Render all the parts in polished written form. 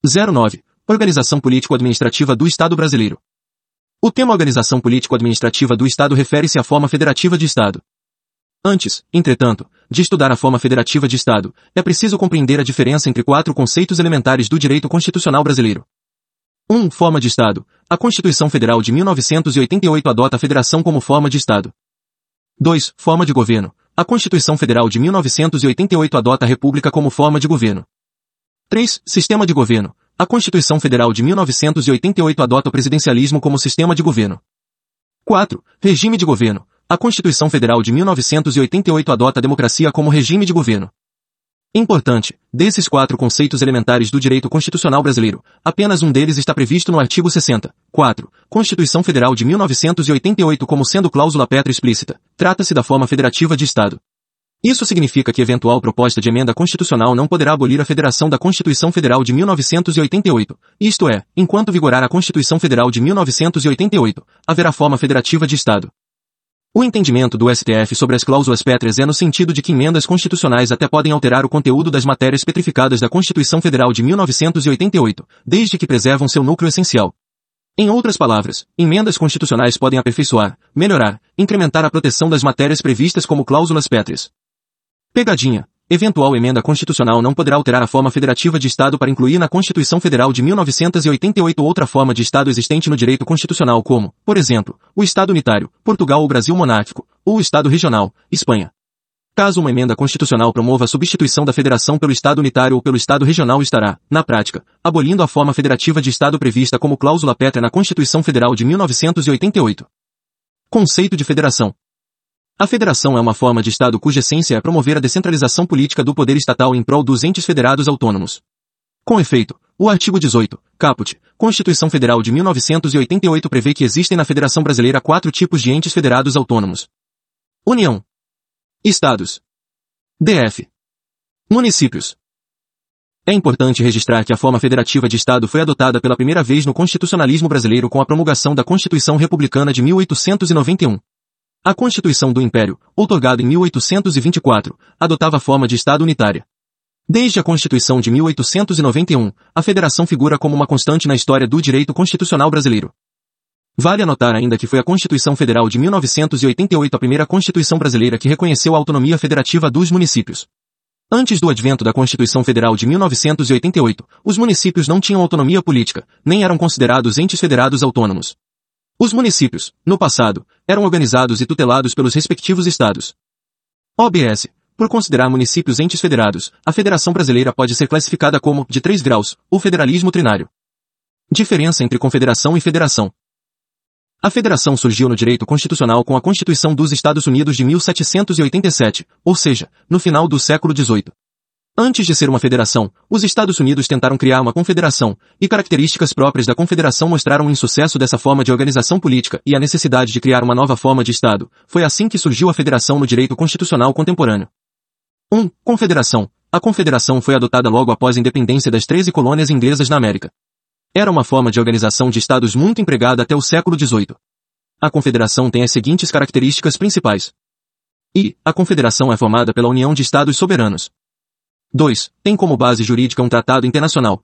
09. Organização político-administrativa do Estado brasileiro. O tema organização político-administrativa do Estado refere-se à forma federativa de Estado. Antes, entretanto, de estudar a forma federativa de Estado, é preciso compreender a diferença entre 4 conceitos elementares do direito constitucional brasileiro. 1. Forma de Estado. A Constituição Federal de 1988 adota a federação como forma de Estado. 2. Forma de governo. A Constituição Federal de 1988 adota a República como forma de governo. 3. Sistema de governo. A Constituição Federal de 1988 adota o presidencialismo como sistema de governo. 4. Regime de governo. A Constituição Federal de 1988 adota a democracia como regime de governo. Importante, desses 4 conceitos elementares do direito constitucional brasileiro, apenas um deles está previsto no artigo 60. 4. Constituição Federal de 1988 como sendo cláusula pétrea explícita. Trata-se da forma federativa de Estado. Isso significa que eventual proposta de emenda constitucional não poderá abolir a federação da Constituição Federal de 1988, isto é, enquanto vigorar a Constituição Federal de 1988, haverá forma federativa de Estado. O entendimento do STF sobre as cláusulas pétreas é no sentido de que emendas constitucionais até podem alterar o conteúdo das matérias petrificadas da Constituição Federal de 1988, desde que preservam seu núcleo essencial. Em outras palavras, emendas constitucionais podem aperfeiçoar, melhorar, incrementar a proteção das matérias previstas como cláusulas pétreas. Pegadinha. Eventual emenda constitucional não poderá alterar a forma federativa de Estado para incluir na Constituição Federal de 1988 outra forma de Estado existente no direito constitucional como, por exemplo, o Estado unitário, Portugal ou Brasil monárquico, ou o Estado regional, Espanha. Caso uma emenda constitucional promova a substituição da federação pelo Estado unitário ou pelo Estado regional estará, na prática, abolindo a forma federativa de Estado prevista como cláusula pétrea na Constituição Federal de 1988. Conceito de federação. A federação é uma forma de Estado cuja essência é promover a descentralização política do poder estatal em prol dos entes federados autônomos. Com efeito, o artigo 18, caput, Constituição Federal de 1988 prevê que existem na Federação Brasileira 4 tipos de entes federados autônomos. União. Estados. DF. Municípios. É importante registrar que a forma federativa de Estado foi adotada pela primeira vez no constitucionalismo brasileiro com a promulgação da Constituição Republicana de 1891. A Constituição do Império, outorgada em 1824, adotava a forma de Estado unitária. Desde a Constituição de 1891, a federação figura como uma constante na história do direito constitucional brasileiro. Vale anotar ainda que foi a Constituição Federal de 1988 a primeira Constituição brasileira que reconheceu a autonomia federativa dos municípios. Antes do advento da Constituição Federal de 1988, os municípios não tinham autonomia política, nem eram considerados entes federados autônomos. Os municípios, no passado, eram organizados e tutelados pelos respectivos estados. OBS. Por considerar municípios entes federados, a Federação Brasileira pode ser classificada como, de 3 graus, o federalismo trinário. Diferença entre confederação e federação. A federação surgiu no direito constitucional com a Constituição dos Estados Unidos de 1787, ou seja, no final do século XVIII. Antes de ser uma federação, os Estados Unidos tentaram criar uma confederação, e características próprias da confederação mostraram o insucesso dessa forma de organização política e a necessidade de criar uma nova forma de Estado. Foi assim que surgiu a federação no direito constitucional contemporâneo. 1. Confederação. A confederação foi adotada logo após a independência das 13 colônias inglesas na América. Era uma forma de organização de Estados muito empregada até o século XVIII. A confederação tem as seguintes características principais. A confederação é formada pela união de Estados soberanos. 2. Tem como base jurídica um tratado internacional.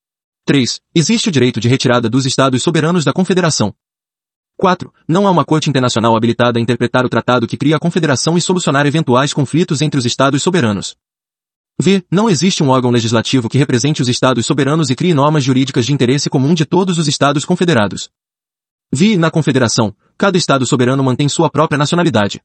3. Existe o direito de retirada dos Estados soberanos da Confederação. 4. Não há uma corte internacional habilitada a interpretar o tratado que cria a Confederação e solucionar eventuais conflitos entre os Estados soberanos. Não existe um órgão legislativo que represente os Estados soberanos e crie normas jurídicas de interesse comum de todos os Estados confederados. Na Confederação, cada Estado soberano mantém sua própria nacionalidade.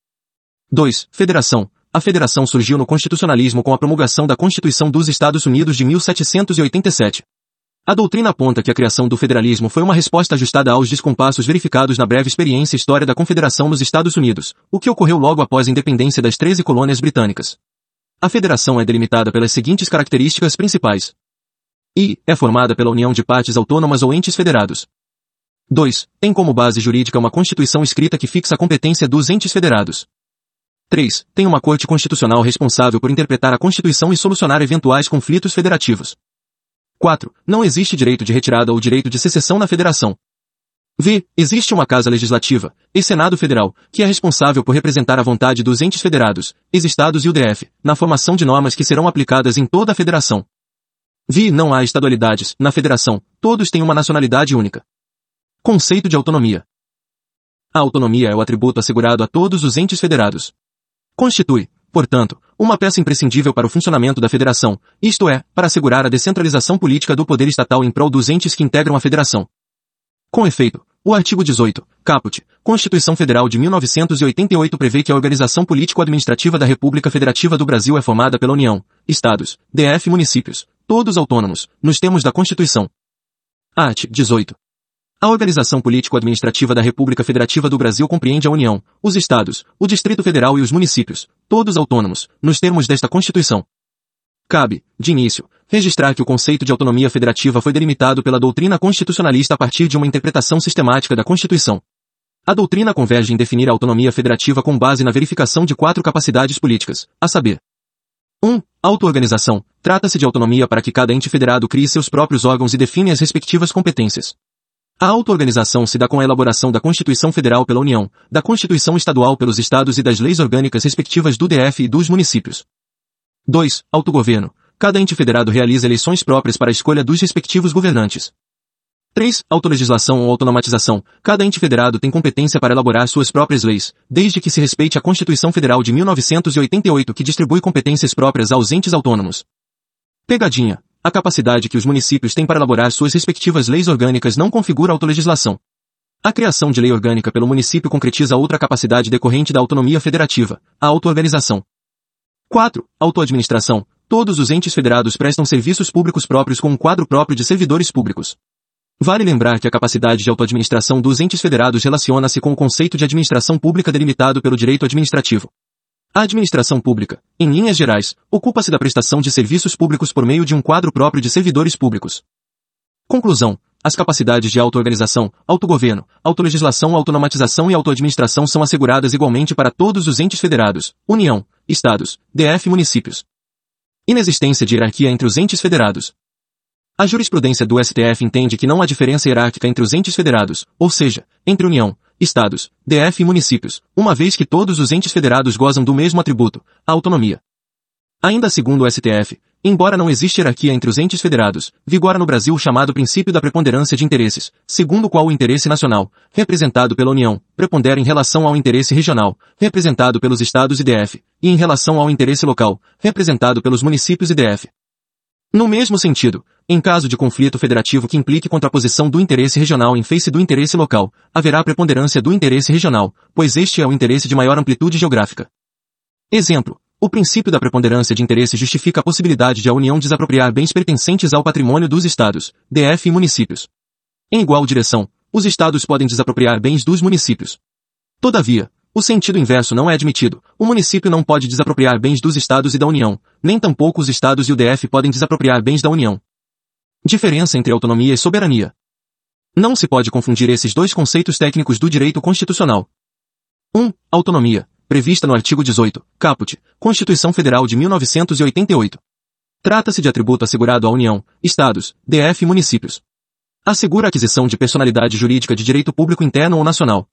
2. Federação. A federação surgiu no constitucionalismo com a promulgação da Constituição dos Estados Unidos de 1787. A doutrina aponta que a criação do federalismo foi uma resposta ajustada aos descompassos verificados na breve experiência história da Confederação nos Estados Unidos, o que ocorreu logo após a independência das 13 colônias britânicas. A federação é delimitada pelas seguintes características principais. É formada pela união de partes autônomas ou entes federados. 2. Tem como base jurídica uma Constituição escrita que fixa a competência dos entes federados. 3. Tem uma Corte Constitucional responsável por interpretar a Constituição e solucionar eventuais conflitos federativos. 4. Não existe direito de retirada ou direito de secessão na federação. Existe uma Casa Legislativa, e Senado Federal, que é responsável por representar a vontade dos entes federados, ex-estados e o DF, na formação de normas que serão aplicadas em toda a federação. Não há estadualidades, na federação, todos têm uma nacionalidade única. Conceito de autonomia. A autonomia é o atributo assegurado a todos os entes federados. Constitui, portanto, uma peça imprescindível para o funcionamento da federação, isto é, para assegurar a descentralização política do poder estatal em prol dos entes que integram a federação. Com efeito, o artigo 18, caput, Constituição Federal de 1988 prevê que a organização político-administrativa da República Federativa do Brasil é formada pela União, Estados, DF e municípios, todos autônomos, nos termos da Constituição. Art. 18. A organização político-administrativa da República Federativa do Brasil compreende a União, os Estados, o Distrito Federal e os municípios, todos autônomos, nos termos desta Constituição. Cabe, de início, registrar que o conceito de autonomia federativa foi delimitado pela doutrina constitucionalista a partir de uma interpretação sistemática da Constituição. A doutrina converge em definir a autonomia federativa com base na verificação de 4 capacidades políticas, a saber: 1. Auto-organização. Trata-se de autonomia para que cada ente federado crie seus próprios órgãos e define as respectivas competências. A auto-organização se dá com a elaboração da Constituição Federal pela União, da Constituição Estadual pelos Estados e das leis orgânicas respectivas do DF e dos municípios. 2. Autogoverno. Cada ente federado realiza eleições próprias para a escolha dos respectivos governantes. 3. Autolegislação ou autonομatização. Cada ente federado tem competência para elaborar suas próprias leis, desde que se respeite a Constituição Federal de 1988 que distribui competências próprias aos entes autônomos. Pegadinha. A capacidade que os municípios têm para elaborar suas respectivas leis orgânicas não configura autolegislação. A criação de lei orgânica pelo município concretiza outra capacidade decorrente da autonomia federativa, a auto-organização. 4. Autoadministração. Todos os entes federados prestam serviços públicos próprios com um quadro próprio de servidores públicos. Vale lembrar que a capacidade de autoadministração dos entes federados relaciona-se com o conceito de administração pública delimitado pelo direito administrativo. A administração pública, em linhas gerais, ocupa-se da prestação de serviços públicos por meio de um quadro próprio de servidores públicos. Conclusão. As capacidades de auto-organização, autogoverno, autolegislação, autonomatização e autoadministração são asseguradas igualmente para todos os entes federados, União, Estados, DF e municípios. Inexistência de hierarquia entre os entes federados. A jurisprudência do STF entende que não há diferença hierárquica entre os entes federados, ou seja, entre União, Estados, DF e municípios, uma vez que todos os entes federados gozam do mesmo atributo, a autonomia. Ainda segundo o STF, embora não exista hierarquia entre os entes federados, vigora no Brasil o chamado princípio da preponderância de interesses, segundo o qual o interesse nacional, representado pela União, prepondera em relação ao interesse regional, representado pelos Estados e DF, e em relação ao interesse local, representado pelos municípios e DF. No mesmo sentido, em caso de conflito federativo que implique contraposição do interesse regional em face do interesse local, haverá preponderância do interesse regional, pois este é o interesse de maior amplitude geográfica. Exemplo. O princípio da preponderância de interesse justifica a possibilidade de a União desapropriar bens pertencentes ao patrimônio dos Estados, DF e municípios. Em igual direção, os Estados podem desapropriar bens dos municípios. Todavia, o sentido inverso não é admitido. O município não pode desapropriar bens dos Estados e da União, nem tampouco os Estados e o DF podem desapropriar bens da União. Diferença entre autonomia e soberania. Não se pode confundir esses dois conceitos técnicos do direito constitucional. 1. Autonomia, prevista no artigo 18, caput, Constituição Federal de 1988. Trata-se de atributo assegurado à União, Estados, DF e municípios. Assegura a aquisição de personalidade jurídica de direito público interno ou nacional.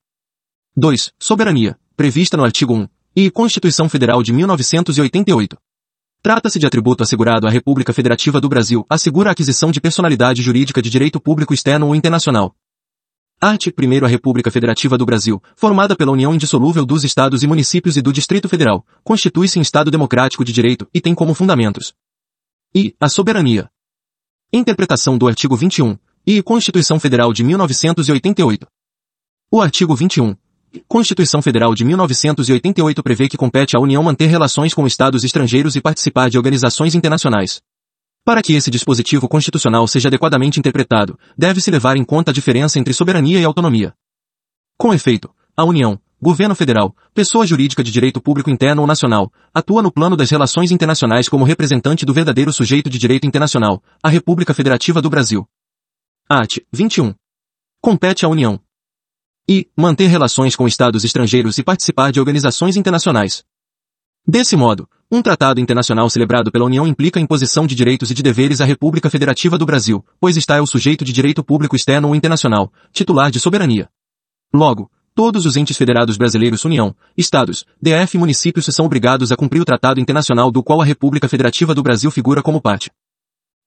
2. Soberania, prevista no artigo 1, e Constituição Federal de 1988. Trata-se de atributo assegurado à República Federativa do Brasil, assegura a aquisição de personalidade jurídica de direito público externo ou internacional. Art. 1. A República Federativa do Brasil, formada pela união indissolúvel dos Estados e municípios e do Distrito Federal, constitui-se em Estado democrático de direito e tem como fundamentos: I. A soberania. Interpretação do artigo 21, e Constituição Federal de 1988. O artigo 21. Constituição Federal de 1988 prevê que compete à União manter relações com Estados estrangeiros e participar de organizações internacionais. Para que esse dispositivo constitucional seja adequadamente interpretado, deve-se levar em conta a diferença entre soberania e autonomia. Com efeito, a União, Governo Federal, pessoa jurídica de direito público interno ou nacional, atua no plano das relações internacionais como representante do verdadeiro sujeito de direito internacional, a República Federativa do Brasil. Art. 21. Compete à União. I. Manter relações com Estados estrangeiros e participar de organizações internacionais. Desse modo, um tratado internacional celebrado pela União implica a imposição de direitos e de deveres à República Federativa do Brasil, pois está é o sujeito de direito público externo ou internacional, titular de soberania. Logo, todos os entes federados brasileiros União, Estados, DF e municípios são obrigados a cumprir o tratado internacional do qual a República Federativa do Brasil figura como parte.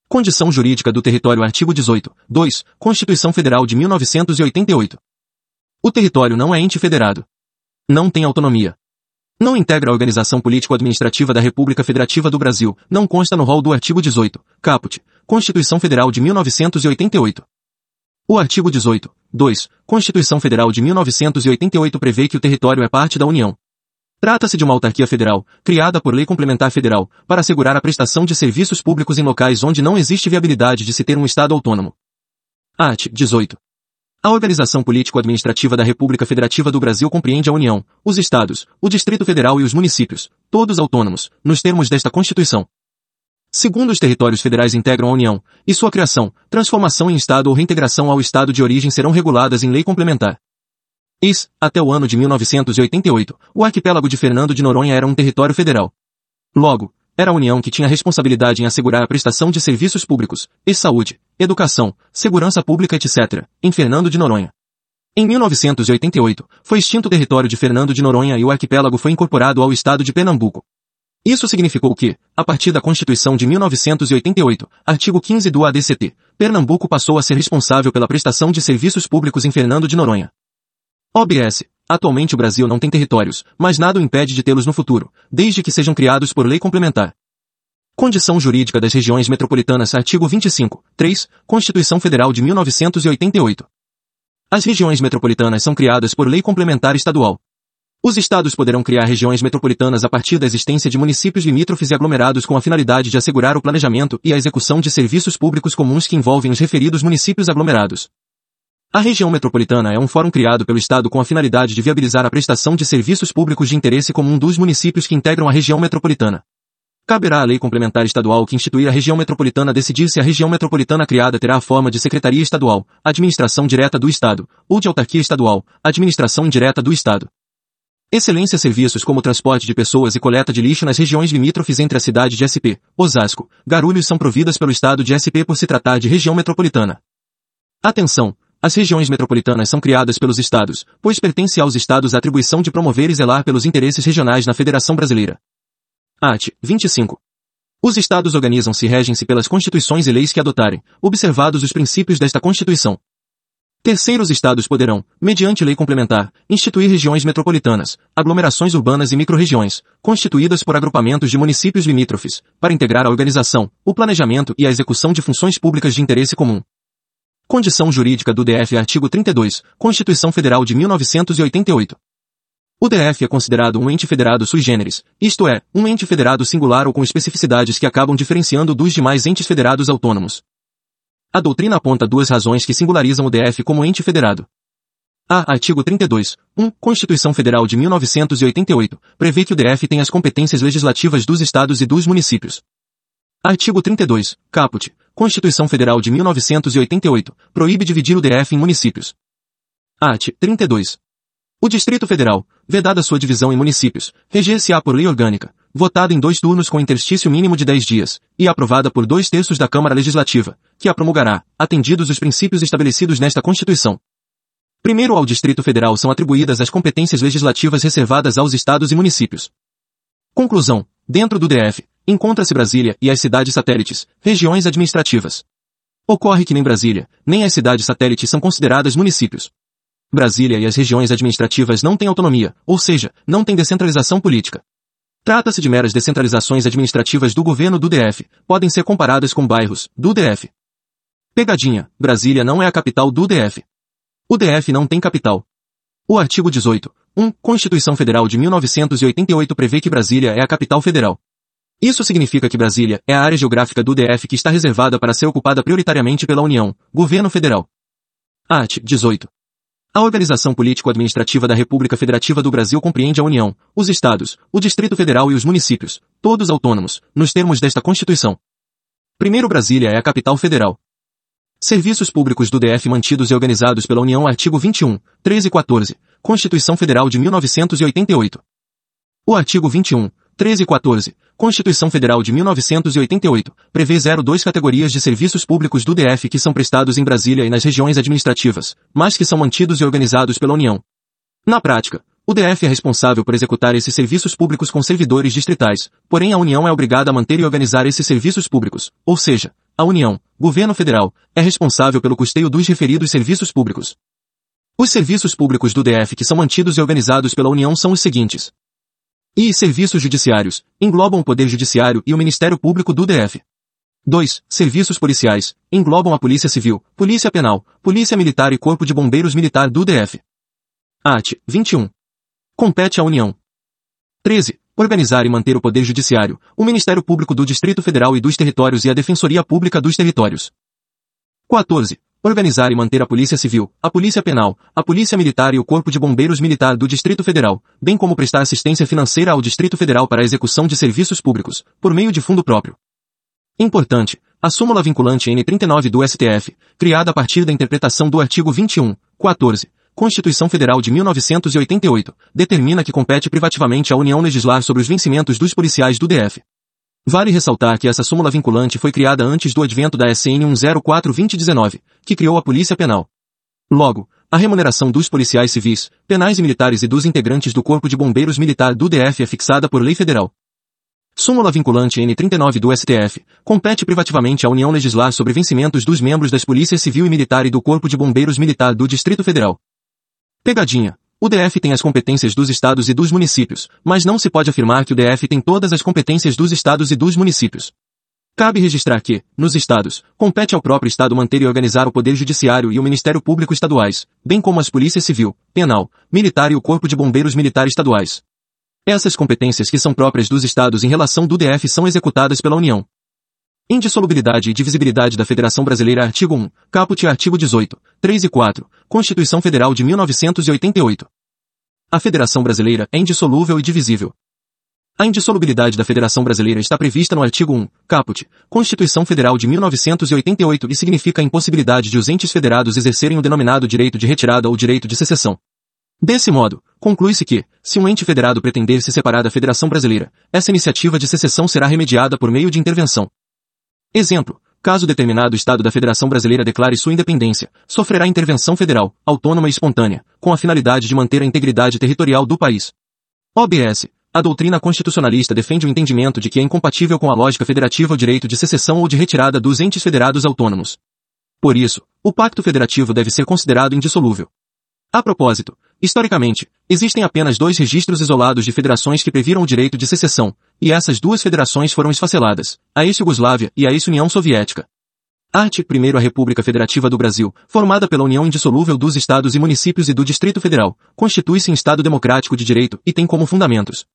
Condição jurídica do território. Artigo 18, 2, Constituição Federal de 1988. O território não é ente federado. Não tem autonomia. Não integra a organização político-administrativa da República Federativa do Brasil, não consta no rol do artigo 18, caput, Constituição Federal de 1988. O artigo 18, 2, Constituição Federal de 1988 prevê que o território é parte da União. Trata-se de uma autarquia federal, criada por lei complementar federal, para assegurar a prestação de serviços públicos em locais onde não existe viabilidade de se ter um Estado autônomo. Art. 18. A organização político-administrativa da República Federativa do Brasil compreende a União, os Estados, o Distrito Federal e os municípios, todos autônomos, nos termos desta Constituição. Segundo, os territórios federais integram a União, e sua criação, transformação em Estado ou reintegração ao Estado de origem serão reguladas em lei complementar. Até o ano de 1988, o arquipélago de Fernando de Noronha era um território federal. Logo, era a União que tinha responsabilidade em assegurar a prestação de serviços públicos, e saúde, educação, segurança pública, etc., em Fernando de Noronha. Em 1988, foi extinto o território de Fernando de Noronha e o arquipélago foi incorporado ao estado de Pernambuco. Isso significou que, a partir da Constituição de 1988, artigo 15 do ADCT, Pernambuco passou a ser responsável pela prestação de serviços públicos em Fernando de Noronha. OBS. Atualmente o Brasil não tem territórios, mas nada o impede de tê-los no futuro, desde que sejam criados por lei complementar. Condição jurídica das regiões metropolitanas. Artigo 25, 3, Constituição Federal de 1988. As regiões metropolitanas são criadas por lei complementar estadual. Os estados poderão criar regiões metropolitanas a partir da existência de municípios limítrofes e aglomerados com a finalidade de assegurar o planejamento e a execução de serviços públicos comuns que envolvem os referidos municípios aglomerados. A região metropolitana é um fórum criado pelo Estado com a finalidade de viabilizar a prestação de serviços públicos de interesse comum dos municípios que integram a região metropolitana. Caberá à lei complementar estadual que instituir a região metropolitana decidir se a região metropolitana criada terá a forma de secretaria estadual, administração direta do Estado, ou de autarquia estadual, administração indireta do Estado. Excelência. Serviços como transporte de pessoas e coleta de lixo nas regiões limítrofes entre a cidade de SP, Osasco, Guarulhos são providas pelo Estado de SP por se tratar de região metropolitana. Atenção! As regiões metropolitanas são criadas pelos Estados, pois pertence aos Estados a atribuição de promover e zelar pelos interesses regionais na Federação Brasileira. Art. 25. Os Estados organizam-se e regem-se pelas constituições e leis que adotarem, observados os princípios desta Constituição. Terceiros Estados poderão, mediante lei complementar, instituir regiões metropolitanas, aglomerações urbanas e microrregiões, constituídas por agrupamentos de municípios limítrofes, para integrar a organização, o planejamento e a execução de funções públicas de interesse comum. Condição jurídica do DF. Artigo 32, Constituição Federal de 1988. O DF é considerado um ente federado sui generis, isto é, um ente federado singular ou com especificidades que acabam diferenciando dos demais entes federados autônomos. A doutrina aponta duas razões que singularizam o DF como ente federado. Artigo 32, 1, Constituição Federal de 1988, prevê que o DF tem as competências legislativas dos estados e dos municípios. Artigo 32, caput, Constituição Federal de 1988, proíbe dividir o DF em municípios. Art. 32. O Distrito Federal, vedada sua divisão em municípios, reger-se-á por lei orgânica, votada em 2 turnos com interstício mínimo de 10 dias, e aprovada por 2/3 da Câmara Legislativa, que a promulgará, atendidos os princípios estabelecidos nesta Constituição. Primeiro, ao Distrito Federal são atribuídas as competências legislativas reservadas aos estados e municípios. Conclusão. Dentro do DF, encontra-se Brasília e as cidades satélites, regiões administrativas. Ocorre que nem Brasília, nem as cidades satélites são consideradas municípios. Brasília e as regiões administrativas não têm autonomia, ou seja, não têm descentralização política. Trata-se de meras descentralizações administrativas do governo do DF, podem ser comparadas com bairros do DF. Pegadinha, Brasília não é a capital do DF. O DF não tem capital. O artigo 18, 1, Constituição Federal de 1988 prevê que Brasília é a capital federal. Isso significa que Brasília é a área geográfica do DF que está reservada para ser ocupada prioritariamente pela União, governo federal. Art. 18. A organização político-administrativa da República Federativa do Brasil compreende a União, os Estados, o Distrito Federal e os municípios, todos autônomos, nos termos desta Constituição. Primeiro, Brasília é a capital federal. Serviços públicos do DF mantidos e organizados pela União. Artigo 21, 13 e 14, Constituição Federal de 1988. O artigo 21, 13 e 14, Constituição Federal de 1988, prevê 02 categorias de serviços públicos do DF que são prestados em Brasília e nas regiões administrativas, mas que são mantidos e organizados pela União. Na prática, o DF é responsável por executar esses serviços públicos com servidores distritais, porém a União é obrigada a manter e organizar esses serviços públicos, ou seja, a União, Governo Federal, é responsável pelo custeio dos referidos serviços públicos. Os serviços públicos do DF que são mantidos e organizados pela União são os seguintes. Serviços judiciários, englobam o Poder Judiciário e o Ministério Público do DF. 2. Serviços policiais, englobam a Polícia Civil, Polícia Penal, Polícia Militar e Corpo de Bombeiros Militar do DF. Art. 21. Compete à União. 13. Organizar e manter o Poder Judiciário, o Ministério Público do Distrito Federal e dos Territórios e a Defensoria Pública dos Territórios. 14. Organizar e manter a Polícia Civil, a Polícia Penal, a Polícia Militar e o Corpo de Bombeiros Militar do Distrito Federal, bem como prestar assistência financeira ao Distrito Federal para a execução de serviços públicos, por meio de fundo próprio. Importante, a súmula vinculante N39 do STF, criada a partir da interpretação do artigo 21, 14, Constituição Federal de 1988, determina que compete privativamente à União legislar sobre os vencimentos dos policiais do DF. Vale ressaltar que essa súmula vinculante foi criada antes do advento da SN 104/2019, que criou a Polícia Penal. Logo, a remuneração dos policiais civis, penais e militares e dos integrantes do Corpo de Bombeiros Militar do DF é fixada por lei federal. Súmula vinculante N39 do STF, compete privativamente à União legislar sobre vencimentos dos membros das Polícias Civil e Militar e do Corpo de Bombeiros Militar do Distrito Federal. Pegadinha. O DF tem as competências dos estados e dos municípios, mas não se pode afirmar que o DF tem todas as competências dos estados e dos municípios. Cabe registrar que, nos estados, compete ao próprio estado manter e organizar o Poder Judiciário e o Ministério Público estaduais, bem como as Polícias Civil, Penal, Militar e o Corpo de Bombeiros Militar estaduais. Essas competências que são próprias dos estados em relação do DF são executadas pela União. Indissolubilidade e divisibilidade da Federação Brasileira. Artigo 1, caput artigo 18, 3 e 4, Constituição Federal de 1988. A Federação Brasileira é indissolúvel e divisível. A indissolubilidade da Federação Brasileira está prevista no artigo 1, caput, Constituição Federal de 1988 e significa a impossibilidade de os entes federados exercerem o denominado direito de retirada ou direito de secessão. Desse modo, conclui-se que, se um ente federado pretender se separar da Federação Brasileira, essa iniciativa de secessão será remediada por meio de intervenção. Exemplo, caso determinado Estado da Federação Brasileira declare sua independência, sofrerá intervenção federal, autônoma e espontânea, com a finalidade de manter a integridade territorial do país. OBS. A doutrina constitucionalista defende o entendimento de que é incompatível com a lógica federativa o direito de secessão ou de retirada dos entes federados autônomos. Por isso, o pacto federativo deve ser considerado indissolúvel. A propósito, historicamente, existem apenas 2 registros isolados de federações que previram o direito de secessão, e essas 2 federações foram esfaceladas, a ex-Yugoslávia e a ex-União Soviética. Art. 1 A República Federativa do Brasil, formada pela união indissolúvel dos estados e municípios e do Distrito Federal, constitui-se em Estado democrático de direito e tem como fundamentos.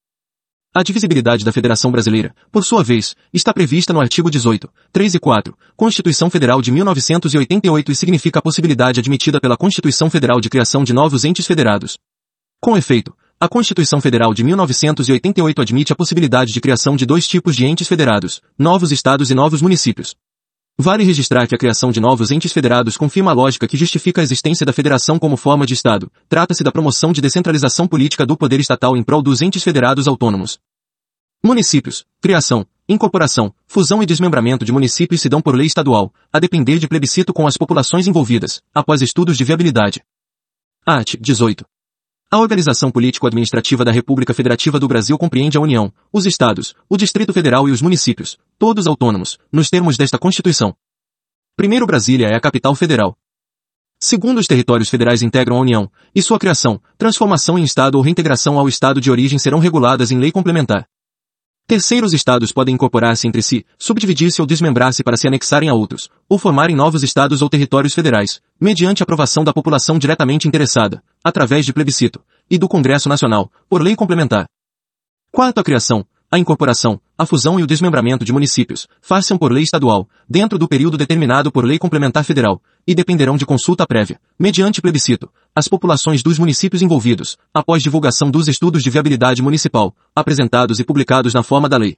A divisibilidade da Federação Brasileira, por sua vez, está prevista no artigo 18, 3 e 4, Constituição Federal de 1988 e significa a possibilidade admitida pela Constituição Federal de criação de novos entes federados. Com efeito, a Constituição Federal de 1988 admite a possibilidade de criação de 2 tipos de entes federados, novos estados e novos municípios. Vale registrar que a criação de novos entes federados confirma a lógica que justifica a existência da federação como forma de Estado. Trata-se da promoção de descentralização política do poder estatal em prol dos entes federados autônomos. Municípios, criação, incorporação, fusão e desmembramento de municípios se dão por lei estadual, a depender de plebiscito com as populações envolvidas, após estudos de viabilidade. Art. 18. A organização político-administrativa da República Federativa do Brasil compreende a União, os Estados, o Distrito Federal e os municípios, todos autônomos, nos termos desta Constituição. Primeiro, Brasília é a capital federal. Segundo, os territórios federais integram a União, e sua criação, transformação em Estado ou reintegração ao Estado de origem serão reguladas em lei complementar. Terceiro, os Estados podem incorporar-se entre si, subdividir-se ou desmembrar-se para se anexarem a outros, ou formarem novos Estados ou territórios federais, mediante aprovação da população diretamente interessada, através de plebiscito, e do Congresso Nacional, por lei complementar. Quarto, a criação, a incorporação, a fusão e o desmembramento de municípios, far-se-ão por lei estadual, dentro do período determinado por lei complementar federal, e dependerão de consulta prévia, mediante plebiscito, as populações dos municípios envolvidos, após divulgação dos estudos de viabilidade municipal, apresentados e publicados na forma da lei.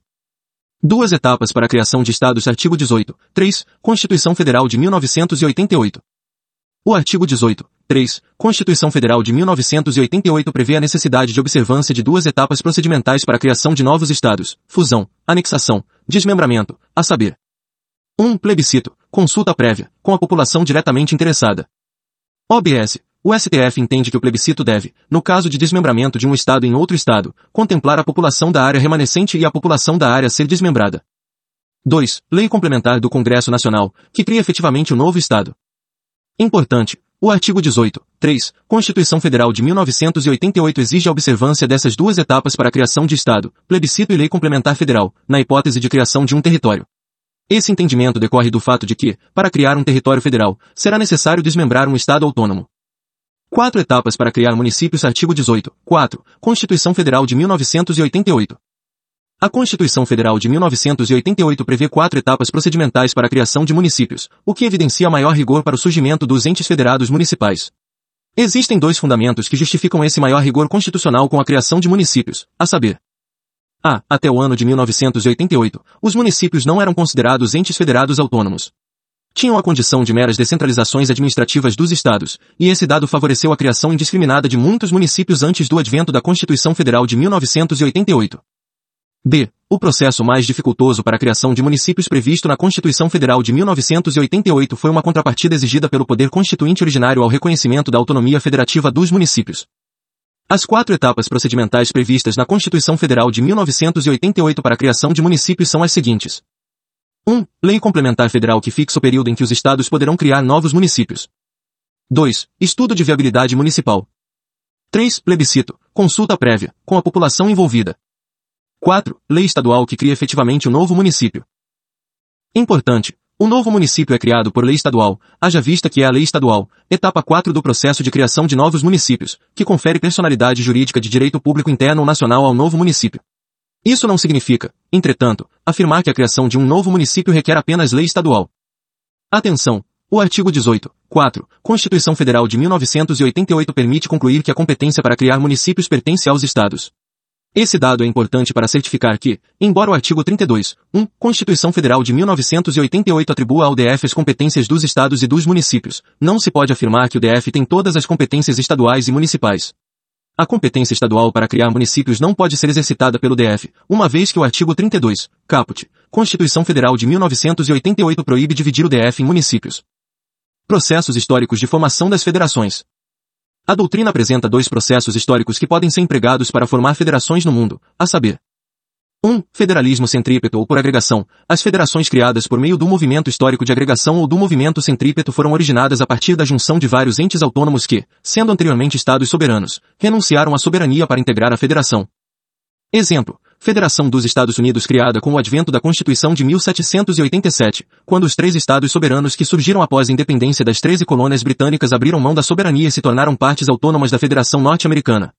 2 etapas para a criação de estados. Artigo 18, 3, Constituição Federal de 1988. O artigo 18, 3, Constituição Federal de 1988 prevê a necessidade de observância de 2 etapas procedimentais para a criação de novos estados, fusão, anexação, desmembramento, a saber. 1. Plebiscito, consulta prévia, com a população diretamente interessada. OBS. O STF entende que o plebiscito deve, no caso de desmembramento de um estado em outro estado, contemplar a população da área remanescente e a população da área a ser desmembrada. 2. Lei Complementar do Congresso Nacional, que cria efetivamente o novo Estado. Importante. O artigo 18, 3, Constituição Federal de 1988 exige a observância dessas duas etapas para a criação de Estado, plebiscito e lei complementar federal, na hipótese de criação de um território. Esse entendimento decorre do fato de que, para criar um território federal, será necessário desmembrar um Estado autônomo. 4 etapas para criar municípios. Artigo 18, 4, Constituição Federal de 1988. A Constituição Federal de 1988 prevê 4 etapas procedimentais para a criação de municípios, o que evidencia maior rigor para o surgimento dos entes federados municipais. Existem 2 fundamentos que justificam esse maior rigor constitucional com a criação de municípios, a saber: a. Até o ano de 1988, os municípios não eram considerados entes federados autônomos. Tinham a condição de meras descentralizações administrativas dos estados, e esse dado favoreceu a criação indiscriminada de muitos municípios antes do advento da Constituição Federal de 1988. B. O processo mais dificultoso para a criação de municípios previsto na Constituição Federal de 1988 foi uma contrapartida exigida pelo poder constituinte originário ao reconhecimento da autonomia federativa dos municípios. As 4 etapas procedimentais previstas na Constituição Federal de 1988 para a criação de municípios são as seguintes. 1. Lei Complementar Federal que fixa o período em que os estados poderão criar novos municípios. 2. Estudo de viabilidade municipal. 3. Plebiscito, consulta prévia, com a população envolvida. 4. Lei estadual que cria efetivamente o novo município. Importante. O novo município é criado por lei estadual, haja vista que é a lei estadual, etapa 4 do processo de criação de novos municípios, que confere personalidade jurídica de direito público interno ou nacional ao novo município. Isso não significa, entretanto, afirmar que a criação de um novo município requer apenas lei estadual. Atenção! O artigo 18, 4, Constituição Federal de 1988 permite concluir que a competência para criar municípios pertence aos estados. Esse dado é importante para certificar que, embora o artigo 32, 1, Constituição Federal de 1988 atribua ao DF as competências dos estados e dos municípios, não se pode afirmar que o DF tem todas as competências estaduais e municipais. A competência estadual para criar municípios não pode ser exercitada pelo DF, uma vez que o artigo 32, caput, Constituição Federal de 1988 proíbe dividir o DF em municípios. Processos históricos de formação das federações. A doutrina apresenta 2 processos históricos que podem ser empregados para formar federações no mundo, a saber: 1. Federalismo centrípeto ou por agregação. As federações criadas por meio do movimento histórico de agregação ou do movimento centrípeto foram originadas a partir da junção de vários entes autônomos que, sendo anteriormente estados soberanos, renunciaram à soberania para integrar a federação. Exemplo: Federação dos Estados Unidos criada com o advento da Constituição de 1787, quando os 3 estados soberanos que surgiram após a independência das 13 colônias britânicas abriram mão da soberania e se tornaram partes autônomas da Federação Norte-Americana.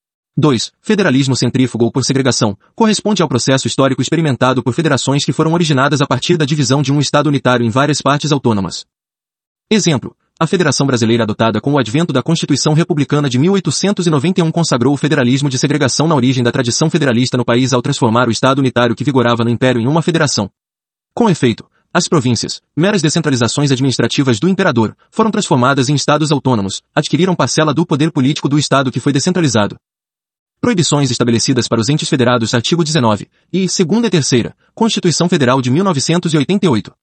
2. Federalismo centrífugo ou por segregação, corresponde ao processo histórico experimentado por federações que foram originadas a partir da divisão de um estado unitário em várias partes autônomas. Exemplo: a Federação Brasileira adotada com o advento da Constituição Republicana de 1891 consagrou o federalismo de segregação na origem da tradição federalista no país ao transformar o estado unitário que vigorava no império em uma federação. Com efeito, as províncias, meras descentralizações administrativas do imperador, foram transformadas em estados autônomos, adquiriram parcela do poder político do estado que foi descentralizado. Proibições estabelecidas para os entes federados. Artigo 19, e 2ª e 3ª, Constituição Federal de 1988.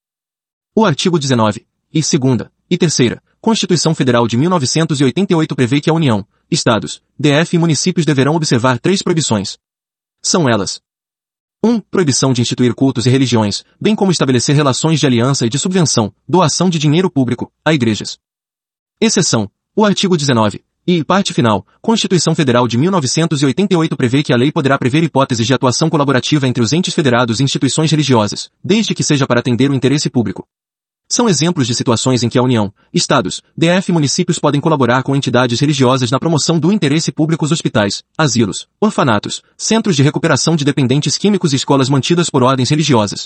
O artigo 19, e 2ª, e 3ª, Constituição Federal de 1988 prevê que a União, Estados, DF e municípios deverão observar 3 proibições. São elas: 1. Proibição de instituir cultos e religiões, bem como estabelecer relações de aliança e de subvenção, doação de dinheiro público, a igrejas. Exceção: o artigo 19, e, parte final, Constituição Federal de 1988 prevê que a lei poderá prever hipóteses de atuação colaborativa entre os entes federados e instituições religiosas, desde que seja para atender o interesse público. São exemplos de situações em que a União, Estados, DF e municípios podem colaborar com entidades religiosas na promoção do interesse público. Os hospitais, asilos, orfanatos, centros de recuperação de dependentes químicos e escolas mantidas por ordens religiosas.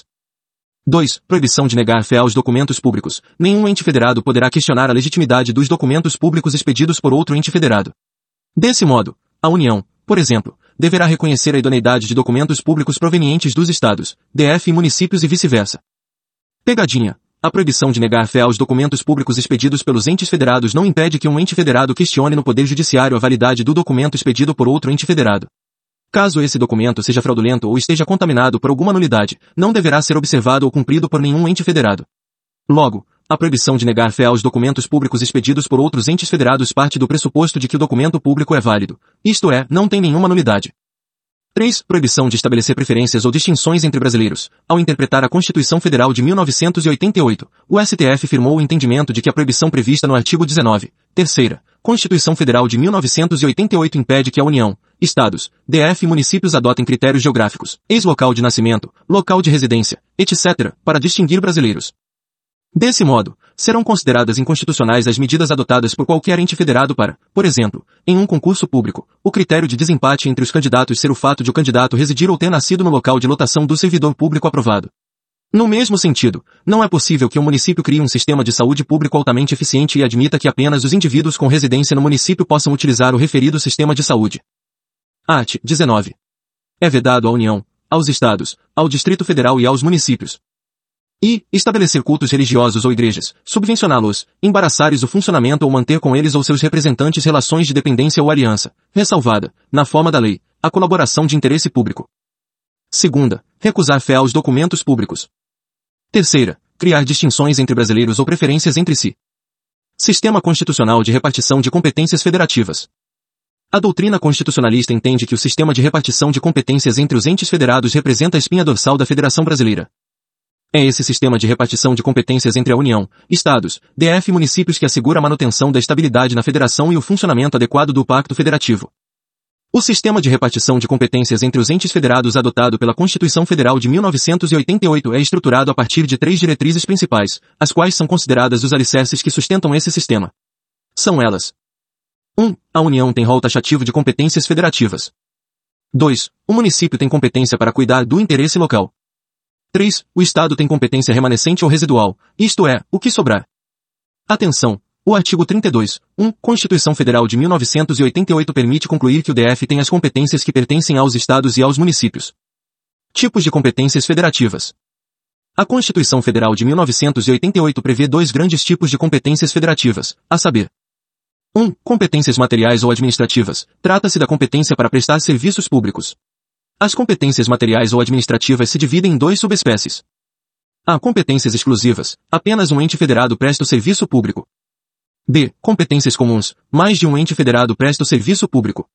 2. Proibição de negar fé aos documentos públicos. Nenhum ente federado poderá questionar a legitimidade dos documentos públicos expedidos por outro ente federado. Desse modo, a União, por exemplo, deverá reconhecer a idoneidade de documentos públicos provenientes dos estados, DF e municípios e vice-versa. Pegadinha. A proibição de negar fé aos documentos públicos expedidos pelos entes federados não impede que um ente federado questione no Poder Judiciário a validade do documento expedido por outro ente federado. Caso esse documento seja fraudulento ou esteja contaminado por alguma nulidade, não deverá ser observado ou cumprido por nenhum ente federado. Logo, a proibição de negar fé aos documentos públicos expedidos por outros entes federados parte do pressuposto de que o documento público é válido, isto é, não tem nenhuma nulidade. 3. Proibição de estabelecer preferências ou distinções entre brasileiros. Ao interpretar a Constituição Federal de 1988, o STF firmou o entendimento de que a proibição prevista no artigo 19, terceira, Constituição Federal de 1988 impede que a União, Estados, DF e municípios adotem critérios geográficos, ex-local de nascimento, local de residência, etc., para distinguir brasileiros. Desse modo, serão consideradas inconstitucionais as medidas adotadas por qualquer ente federado para, por exemplo, em um concurso público, o critério de desempate entre os candidatos ser o fato de o candidato residir ou ter nascido no local de lotação do servidor público aprovado. No mesmo sentido, não é possível que um município crie um sistema de saúde público altamente eficiente e admita que apenas os indivíduos com residência no município possam utilizar o referido sistema de saúde. Art. 19. É vedado à União, aos Estados, ao Distrito Federal e aos municípios. E, estabelecer cultos religiosos ou igrejas, subvencioná-los, embaraçar-lhes o funcionamento ou manter com eles ou seus representantes relações de dependência ou aliança, ressalvada, na forma da lei, a colaboração de interesse público. Segunda, recusar fé aos documentos públicos. Terceira, criar distinções entre brasileiros ou preferências entre si. Sistema constitucional de repartição de competências federativas. A doutrina constitucionalista entende que o sistema de repartição de competências entre os entes federados representa a espinha dorsal da Federação Brasileira. É esse sistema de repartição de competências entre a União, Estados, DF e municípios que assegura a manutenção da estabilidade na federação e o funcionamento adequado do Pacto Federativo. O sistema de repartição de competências entre os entes federados adotado pela Constituição Federal de 1988 é estruturado a partir de 3 diretrizes principais, as quais são consideradas os alicerces que sustentam esse sistema. São elas: 1. A União tem rol taxativo de competências federativas. 2. O município tem competência para cuidar do interesse local. 3. O Estado tem competência remanescente ou residual, isto é, o que sobrar. Atenção! O artigo 32, 1, Constituição Federal de 1988 permite concluir que o DF tem as competências que pertencem aos Estados e aos municípios. Tipos de competências federativas. A Constituição Federal de 1988 prevê 2 grandes tipos de competências federativas, a saber: 1. Competências materiais ou administrativas. Trata-se da competência para prestar serviços públicos. As competências materiais ou administrativas se dividem em 2 subespécies. A. Competências exclusivas. Apenas um ente federado presta o serviço público. B. Competências comuns. Mais de um ente federado presta o serviço público.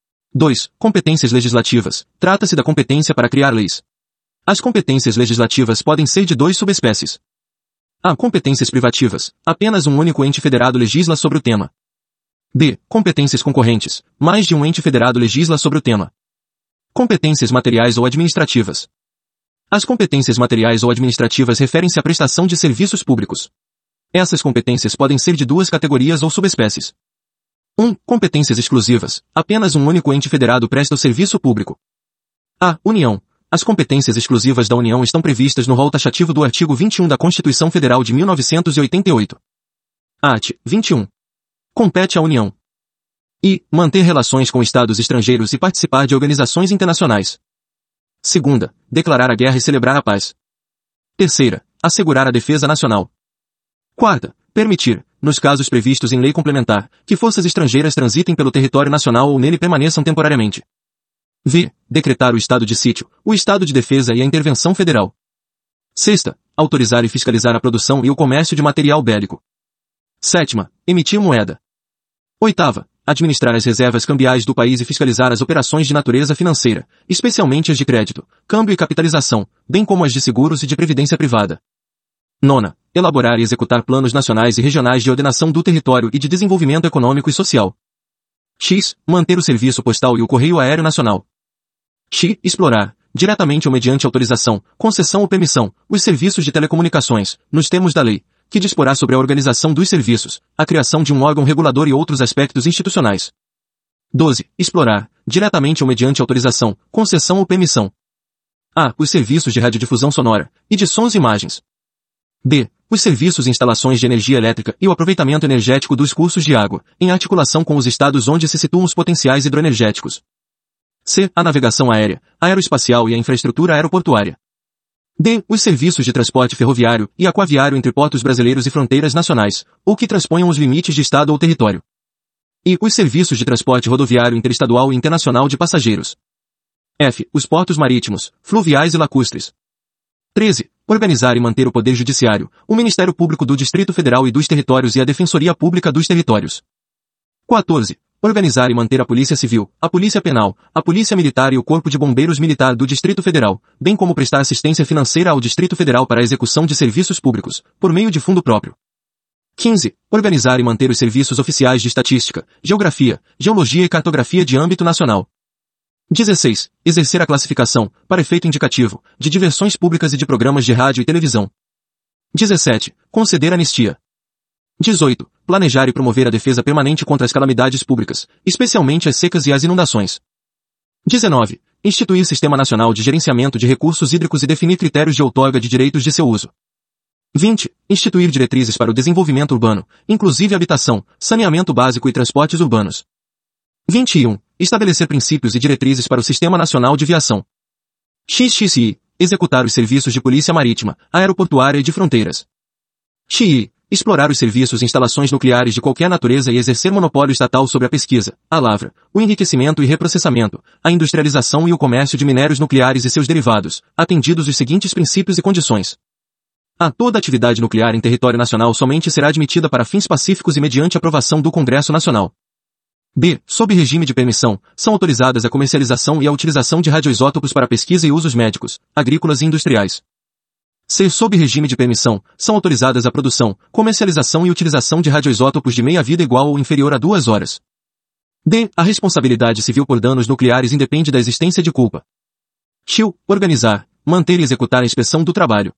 2. Competências legislativas. Trata-se da competência para criar leis. As competências legislativas podem ser de 2 subespécies. A. Competências privativas. Apenas um único ente federado legisla sobre o tema. B. Competências concorrentes. Mais de um ente federado legisla sobre o tema. Competências materiais ou administrativas. As competências materiais ou administrativas referem-se à prestação de serviços públicos. Essas competências podem ser de 2 categorias ou subespécies. 1. Competências exclusivas. Apenas um único ente federado presta o serviço público. A. União. As competências exclusivas da União estão previstas no rol taxativo do artigo 21 da Constituição Federal de 1988. Art. 21. Compete à União. E. Manter relações com estados estrangeiros e participar de organizações internacionais. Segunda. Declarar a guerra e celebrar a paz. Terceira. Assegurar a defesa nacional. Quarta. Permitir, nos casos previstos em lei complementar, que forças estrangeiras transitem pelo território nacional ou nele permaneçam temporariamente. V. Decretar o estado de sítio, o estado de defesa e a intervenção federal. Sexta. Autorizar e fiscalizar a produção e o comércio de material bélico. Sétima. Emitir moeda. Oitava. Administrar as reservas cambiais do país e fiscalizar as operações de natureza financeira, especialmente as de crédito, câmbio e capitalização, bem como as de seguros e de previdência privada. Nona. Elaborar e executar planos nacionais e regionais de ordenação do território e de desenvolvimento econômico e social. X. Manter o serviço postal e o correio aéreo nacional. X. Explorar, diretamente ou mediante autorização, concessão ou permissão, os serviços de telecomunicações, nos termos da lei, que disporá sobre a organização dos serviços, a criação de um órgão regulador e outros aspectos institucionais. 12. Explorar, diretamente ou mediante autorização, concessão ou permissão. A. Os serviços de radiodifusão sonora, e de sons e imagens. B. Os serviços e instalações de energia elétrica e o aproveitamento energético dos cursos de água, em articulação com os estados onde se situam os potenciais hidroenergéticos. C. A navegação aérea, aeroespacial e a infraestrutura aeroportuária. D. Os serviços de transporte ferroviário e aquaviário entre portos brasileiros e fronteiras nacionais, ou que transponham os limites de estado ou território. E. Os serviços de transporte rodoviário interestadual e internacional de passageiros. F. Os portos marítimos, fluviais e lacustres. 13. Organizar e manter o Poder Judiciário, o Ministério Público do Distrito Federal e dos Territórios e a Defensoria Pública dos Territórios. 14. Organizar e manter a Polícia Civil, a Polícia Penal, a Polícia Militar e o Corpo de Bombeiros Militar do Distrito Federal, bem como prestar assistência financeira ao Distrito Federal para a execução de serviços públicos, por meio de fundo próprio. 15. Organizar e manter os serviços oficiais de estatística, geografia, geologia e cartografia de âmbito nacional. 16. Exercer a classificação, para efeito indicativo, de diversões públicas e de programas de rádio e televisão. 17. Conceder anistia. 18. Planejar e promover a defesa permanente contra as calamidades públicas, especialmente as secas e as inundações. 19. Instituir Sistema Nacional de Gerenciamento de Recursos Hídricos e definir critérios de outorga de direitos de seu uso. 20. Instituir diretrizes para o desenvolvimento urbano, inclusive habitação, saneamento básico e transportes urbanos. 21. Estabelecer princípios e diretrizes para o Sistema Nacional de Viação. XXI. Executar os serviços de polícia marítima, aeroportuária e de fronteiras. XI. Explorar os serviços e instalações nucleares de qualquer natureza e exercer monopólio estatal sobre a pesquisa, a lavra, o enriquecimento e reprocessamento, a industrialização e o comércio de minérios nucleares e seus derivados, atendidos os seguintes princípios e condições. A. Toda atividade nuclear em território nacional somente será admitida para fins pacíficos e mediante aprovação do Congresso Nacional. B. Sob regime de permissão, são autorizadas a comercialização e a utilização de radioisótopos para pesquisa e usos médicos, agrícolas e industriais. C. Sob regime de permissão, são autorizadas a produção, comercialização e utilização de radioisótopos de meia-vida igual ou inferior a 2 horas. D. A responsabilidade civil por danos nucleares independe da existência de culpa. XIL. Organizar, manter e executar a inspeção do trabalho.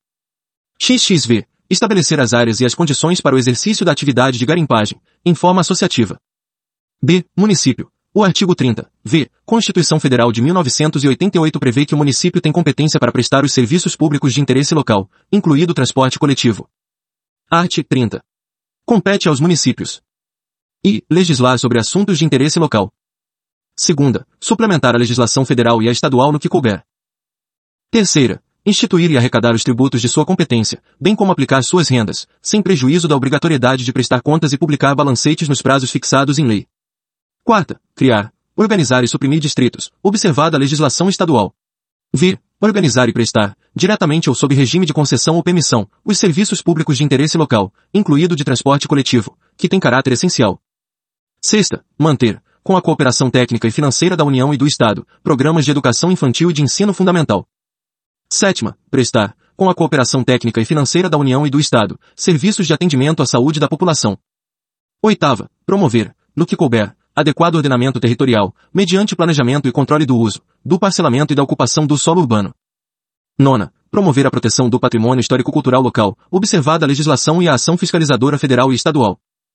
XXV. Estabelecer as áreas e as condições para o exercício da atividade de garimpagem, em forma associativa. B. Município. O artigo 30, v. Constituição Federal de 1988 prevê que o município tem competência para prestar os serviços públicos de interesse local, incluído o transporte coletivo. Art. 30. Compete aos municípios. I. Legislar sobre assuntos de interesse local. Segunda. Suplementar a legislação federal e a estadual no que couber. Terceira. Instituir e arrecadar os tributos de sua competência, bem como aplicar suas rendas, sem prejuízo da obrigatoriedade de prestar contas e publicar balancetes nos prazos fixados em lei. Quarta, criar, organizar e suprimir distritos, observada a legislação estadual. V. Organizar e prestar, diretamente ou sob regime de concessão ou permissão, os serviços públicos de interesse local, incluído de transporte coletivo, que tem caráter essencial. Sexta, manter, com a cooperação técnica e financeira da União e do Estado, programas de educação infantil e de ensino fundamental. Sétima, prestar, com a cooperação técnica e financeira da União e do Estado, serviços de atendimento à saúde da população. Oitava, promover, no que couber, adequado ordenamento territorial, mediante planejamento e controle do uso, do parcelamento e da ocupação do solo urbano. Nona, promover a proteção do patrimônio histórico-cultural local, observada a legislação e a ação fiscalizadora federal e estadual.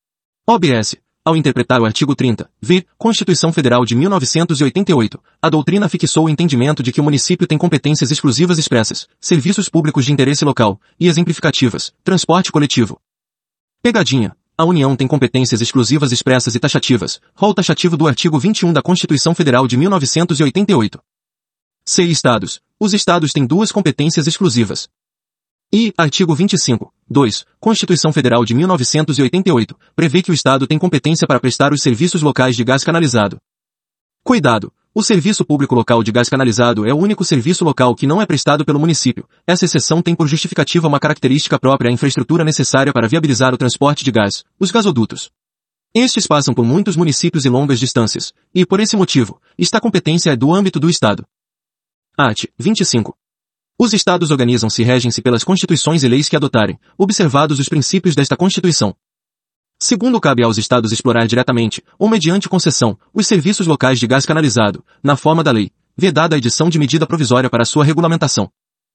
OBS, ao interpretar o artigo 30, v. Constituição Federal de 1988, a doutrina fixou o entendimento de que o município tem competências exclusivas expressas, serviços públicos de interesse local, e exemplificativas, transporte coletivo. Pegadinha. A União tem competências exclusivas expressas e taxativas, rol taxativo do artigo 21 da Constituição Federal de 1988. C. Estados. Os Estados têm 2 competências exclusivas. I. Artigo 25, 2, Constituição Federal de 1988, prevê que o Estado tem competência para prestar os serviços locais de gás canalizado. Cuidado! O serviço público local de gás canalizado é o único serviço local que não é prestado pelo município. Essa exceção tem por justificativa uma característica própria à infraestrutura necessária para viabilizar o transporte de gás, os gasodutos. Estes passam por muitos municípios e longas distâncias, e, por esse motivo, esta competência é do âmbito do Estado. Art. 25. Os Estados organizam-se e regem-se pelas constituições e leis que adotarem, observados os princípios desta Constituição. Segundo, cabe aos Estados explorar diretamente, ou mediante concessão, os serviços locais de gás canalizado, na forma da lei, vedada a edição de medida provisória para sua regulamentação.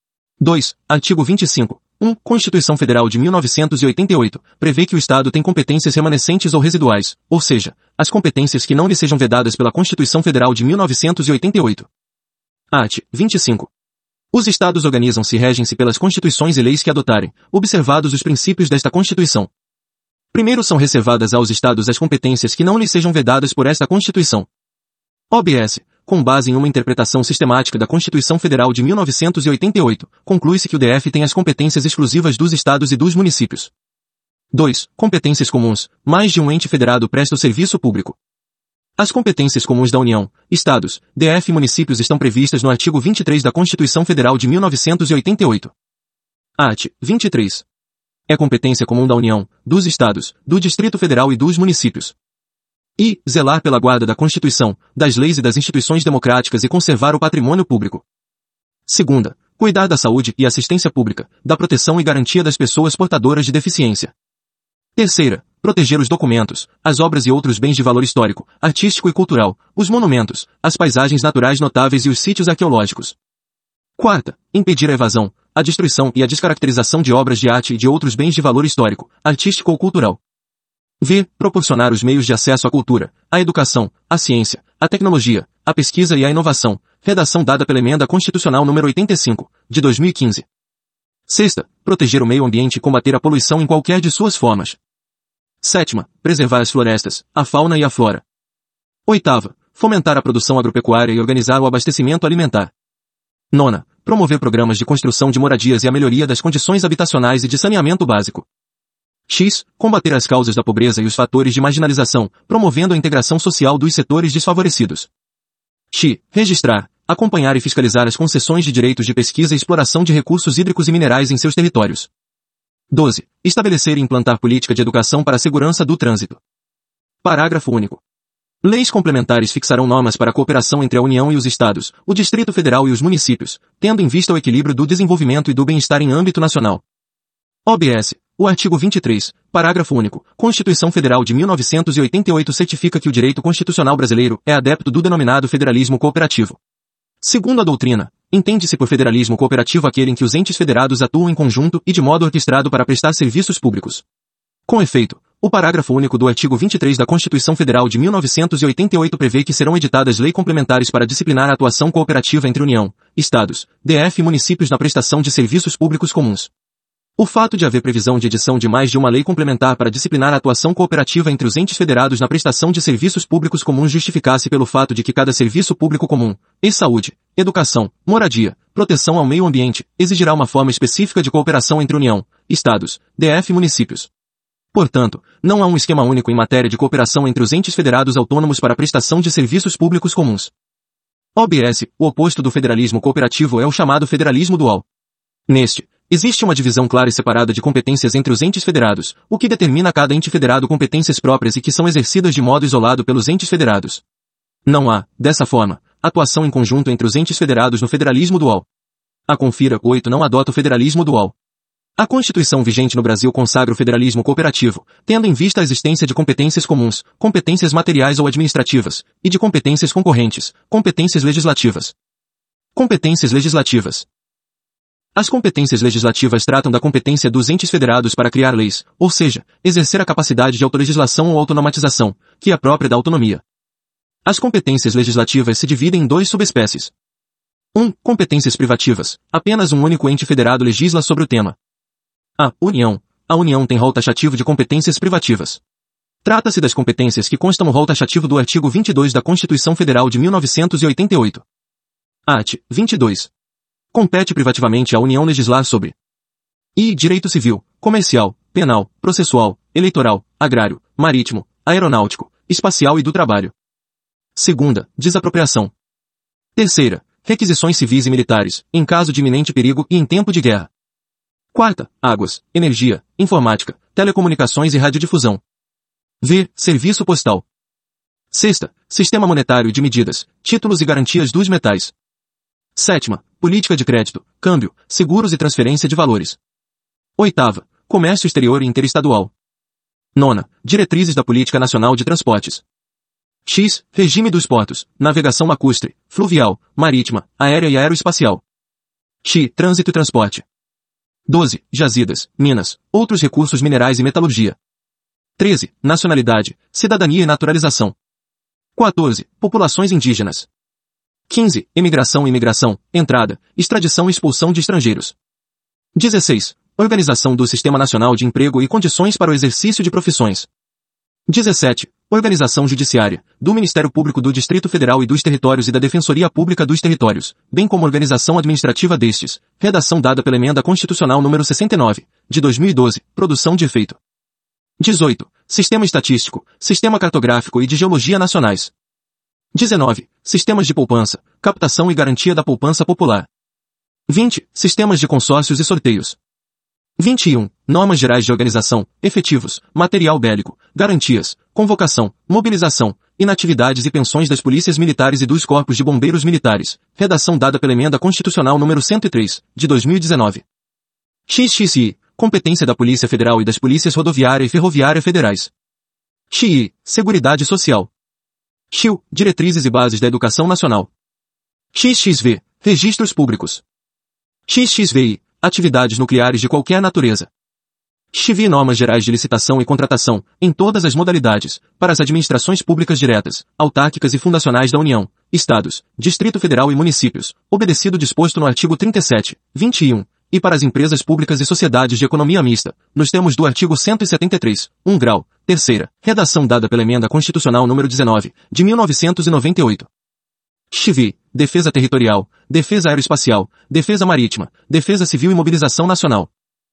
2. Artigo 25. 1. Constituição Federal de 1988, prevê que o Estado tem competências remanescentes ou residuais, ou seja, as competências que não lhe sejam vedadas pela Constituição Federal de 1988. Art. 25. Os Estados organizam-se e regem-se pelas constituições e leis que adotarem, observados os princípios desta Constituição. Primeiro, são reservadas aos Estados as competências que não lhes sejam vedadas por esta Constituição. OBS. Com base em uma interpretação sistemática da Constituição Federal de 1988, conclui-se que o DF tem as competências exclusivas dos Estados e dos municípios. 2. Competências comuns. Mais de um ente federado presta o serviço público. As competências comuns da União, Estados, DF e municípios estão previstas no artigo 23 da Constituição Federal de 1988. Art. 23. É competência comum da União, dos Estados, do Distrito Federal e dos municípios. E zelar pela guarda da Constituição, das leis e das instituições democráticas e conservar o patrimônio público. Segunda, cuidar da saúde e assistência pública, da proteção e garantia das pessoas portadoras de deficiência. Terceira, proteger os documentos, as obras e outros bens de valor histórico, artístico e cultural, os monumentos, as paisagens naturais notáveis e os sítios arqueológicos. Quarta, impedir a evasão, a destruição e a descaracterização de obras de arte e de outros bens de valor histórico, artístico ou cultural. V. Proporcionar os meios de acesso à cultura, à educação, à ciência, à tecnologia, à pesquisa e à inovação, redação dada pela Emenda Constitucional nº 85, de 2015. Sexta, proteger o meio ambiente e combater a poluição em qualquer de suas formas. Sétima, preservar as florestas, a fauna e a flora. Oitava, fomentar a produção agropecuária e organizar o abastecimento alimentar. Nona, promover programas de construção de moradias e a melhoria das condições habitacionais e de saneamento básico. X. Combater as causas da pobreza e os fatores de marginalização, promovendo a integração social dos setores desfavorecidos. X. Registrar, acompanhar e fiscalizar as concessões de direitos de pesquisa e exploração de recursos hídricos e minerais em seus territórios. 12. Estabelecer e implantar política de educação para a segurança do trânsito. Parágrafo único. Leis complementares fixarão normas para a cooperação entre a União e os Estados, o Distrito Federal e os municípios, tendo em vista o equilíbrio do desenvolvimento e do bem-estar em âmbito nacional. OBS. O artigo 23, parágrafo único, Constituição Federal de 1988 certifica que o direito constitucional brasileiro é adepto do denominado federalismo cooperativo. Segundo a doutrina, entende-se por federalismo cooperativo aquele em que os entes federados atuam em conjunto e de modo orquestrado para prestar serviços públicos. Com efeito, o parágrafo único do artigo 23 da Constituição Federal de 1988 prevê que serão editadas leis complementares para disciplinar a atuação cooperativa entre União, Estados, DF e municípios na prestação de serviços públicos comuns. O fato de haver previsão de edição de mais de uma lei complementar para disciplinar a atuação cooperativa entre os entes federados na prestação de serviços públicos comuns justificasse pelo fato de que cada serviço público comum, saúde, educação, moradia, proteção ao meio ambiente, exigirá uma forma específica de cooperação entre União, Estados, DF e municípios. Portanto, não há um esquema único em matéria de cooperação entre os entes federados autônomos para a prestação de serviços públicos comuns. OBS, o oposto do federalismo cooperativo é o chamado federalismo dual. Neste, existe uma divisão clara e separada de competências entre os entes federados, o que determina a cada ente federado competências próprias e que são exercidas de modo isolado pelos entes federados. Não há, dessa forma, atuação em conjunto entre os entes federados no federalismo dual. A Confira 8 não adota o federalismo dual. A Constituição vigente no Brasil consagra o federalismo cooperativo, tendo em vista a existência de competências comuns, competências materiais ou administrativas, e de competências concorrentes, competências legislativas. Competências legislativas. As competências legislativas tratam da competência dos entes federados para criar leis, ou seja, exercer a capacidade de autolegislação ou autonομatização, que é própria da autonomia. As competências legislativas se dividem em duas subespécies. 1. Competências privativas. Apenas um único ente federado legisla sobre o tema. A União. A União tem rol taxativo de competências privativas. Trata-se das competências que constam no rol taxativo do artigo 22 da Constituição Federal de 1988. Art. 22. Compete privativamente à União legislar sobre I. Direito civil, comercial, penal, processual, eleitoral, agrário, marítimo, aeronáutico, espacial e do trabalho. Segunda, desapropriação. Terceira, requisições civis e militares, em caso de iminente perigo e em tempo de guerra. Quarta, águas, energia, informática, telecomunicações e radiodifusão. V. Serviço postal. Sexta, sistema monetário e de medidas, títulos e garantias dos metais. Sétima, política de crédito, câmbio, seguros e transferência de valores. Oitava, comércio exterior e interestadual. Nona, diretrizes da Política Nacional de Transportes. X, regime dos portos, navegação lacustre, fluvial, marítima, aérea e aeroespacial. X, trânsito e transporte. 12, jazidas, minas, outros recursos minerais e metalurgia. 13, nacionalidade, cidadania e naturalização. 14, populações indígenas. 15, emigração e imigração, entrada, extradição e expulsão de estrangeiros. 16, organização do Sistema Nacional de Emprego e condições para o exercício de profissões. 17, organização judiciária, do Ministério Público do Distrito Federal e dos Territórios e da Defensoria Pública dos Territórios, bem como organização administrativa destes, redação dada pela Emenda Constitucional número 69, de 2012, produção de efeito. 18, Sistema Estatístico, Sistema Cartográfico e de Geologia Nacionais. 19. Sistemas de poupança, captação e garantia da poupança popular. 20. Sistemas de consórcios e sorteios. 21. Normas gerais de organização, efetivos, material bélico, garantias, convocação, mobilização, inatividades e pensões das polícias militares e dos corpos de bombeiros militares. Redação dada pela Emenda Constitucional número 103, de 2019. XXI. Competência da Polícia Federal e das Polícias Rodoviária e Ferroviária Federais. XI. Seguridade Social. XIU. Diretrizes e Bases da Educação Nacional. XXV. Registros Públicos. XXVI. Atividades nucleares de qualquer natureza. XV. Normas gerais de licitação e contratação, em todas as modalidades, para as administrações públicas diretas, autárquicas e fundacionais da União, Estados, Distrito Federal e municípios, obedecido o disposto no artigo 37, 21, e para as empresas públicas e sociedades de economia mista, nos termos do artigo 173, 1 grau, terceira, redação dada pela Emenda Constitucional número 19, de 1998. XV. Defesa Territorial, Defesa Aeroespacial, Defesa Marítima, Defesa Civil e Mobilização Nacional.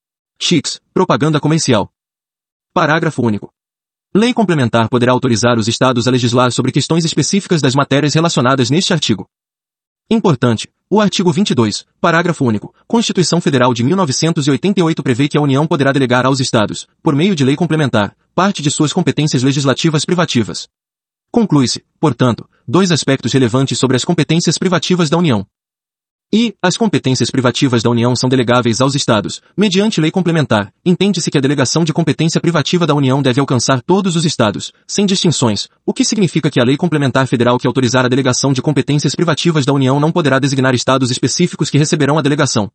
XX. Propaganda Comercial. Parágrafo único. Lei complementar poderá autorizar os Estados a legislar sobre questões específicas das matérias relacionadas neste artigo. Importante. O artigo 22, parágrafo único, Constituição Federal de 1988 prevê que a União poderá delegar aos Estados, por meio de lei complementar, parte de suas competências legislativas privativas. Conclui-se, portanto, dois aspectos relevantes sobre as competências privativas da União. E, as competências privativas da União são delegáveis aos Estados, mediante lei complementar. Entende-se que a delegação de competência privativa da União deve alcançar todos os Estados, sem distinções, o que significa que a lei complementar federal que autorizar a delegação de competências privativas da União não poderá designar Estados específicos que receberão a delegação.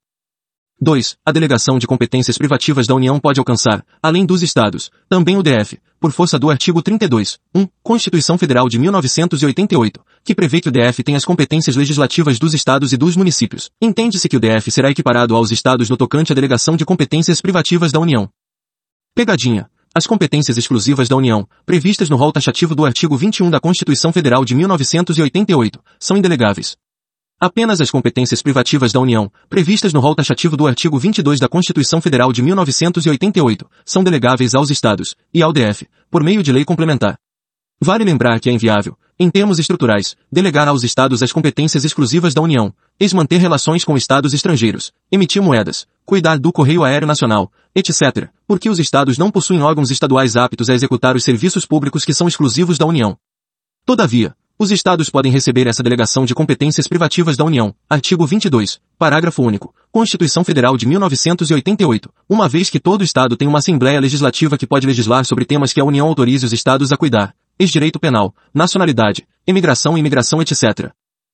2. A delegação de competências privativas da União pode alcançar, além dos Estados, também o DF, por força do artigo 32, 1, Constituição Federal de 1988, que prevê que o DF tem as competências legislativas dos Estados e dos municípios. Entende-se que o DF será equiparado aos Estados no tocante à delegação de competências privativas da União. Pegadinha. As competências exclusivas da União, previstas no rol taxativo do artigo 21 da Constituição Federal de 1988, são indelegáveis. Apenas as competências privativas da União, previstas no rol taxativo do artigo 22 da Constituição Federal de 1988, são delegáveis aos Estados, e ao DF, por meio de lei complementar. Vale lembrar que é inviável, em termos estruturais, delegar aos Estados as competências exclusivas da União, manter relações com Estados estrangeiros, emitir moedas, cuidar do correio aéreo nacional, etc., porque os Estados não possuem órgãos estaduais aptos a executar os serviços públicos que são exclusivos da União. Todavia, os Estados podem receber essa delegação de competências privativas da União, artigo 22, parágrafo único, Constituição Federal de 1988, uma vez que todo Estado tem uma Assembleia Legislativa que pode legislar sobre temas que a União autorize os Estados a cuidar, ex-direito penal, nacionalidade, imigração e imigração etc.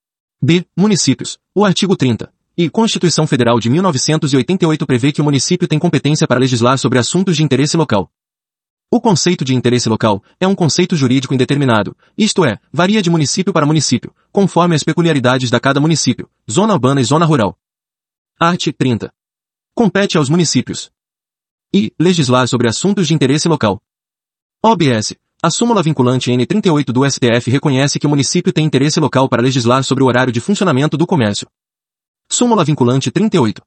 B. Municípios. O artigo 30. E Constituição Federal de 1988 prevê que o município tem competência para legislar sobre assuntos de interesse local. O conceito de interesse local é um conceito jurídico indeterminado, isto é, varia de município para município, conforme as peculiaridades da cada município, zona urbana e zona rural. Art. 30. Compete aos municípios. E. Legislar sobre assuntos de interesse local. OBS. A súmula vinculante N38 do STF reconhece que o município tem interesse local para legislar sobre o horário de funcionamento do comércio. Súmula vinculante 38.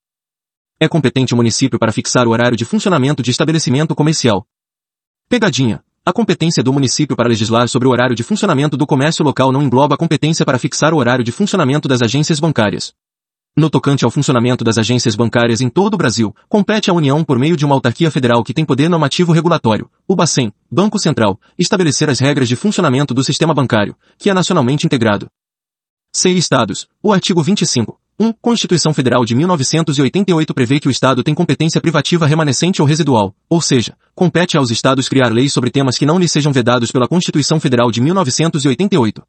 É competente o município para fixar o horário de funcionamento de estabelecimento comercial. Pegadinha. A competência do município para legislar sobre o horário de funcionamento do comércio local não engloba a competência para fixar o horário de funcionamento das agências bancárias. No tocante ao funcionamento das agências bancárias em todo o Brasil, compete à União por meio de uma autarquia federal que tem poder normativo regulatório, o Bacen, Banco Central, estabelecer as regras de funcionamento do sistema bancário, que é nacionalmente integrado. C. Estados. O artigo 25. 1. Constituição Federal de 1988 prevê que o Estado tem competência privativa remanescente ou residual, ou seja, compete aos Estados criar leis sobre temas que não lhes sejam vedados pela Constituição Federal de 1988.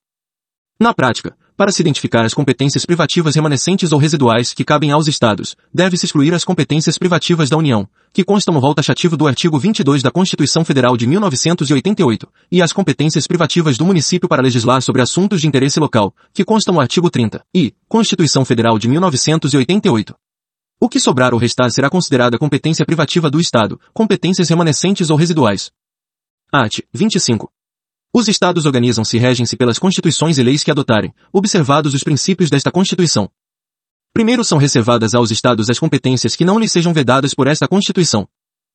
Na prática, para se identificar as competências privativas remanescentes ou residuais que cabem aos Estados, deve-se excluir as competências privativas da União, que constam no rol taxativo do artigo 22 da Constituição Federal de 1988, e as competências privativas do município para legislar sobre assuntos de interesse local, que constam no artigo 30, e Constituição Federal de 1988. O que sobrar ou restar será considerada competência privativa do Estado, competências remanescentes ou residuais. Art. 25. Os Estados organizam-se e regem-se pelas constituições e leis que adotarem, observados os princípios desta Constituição. Primeiro são reservadas aos Estados as competências que não lhes sejam vedadas por esta Constituição.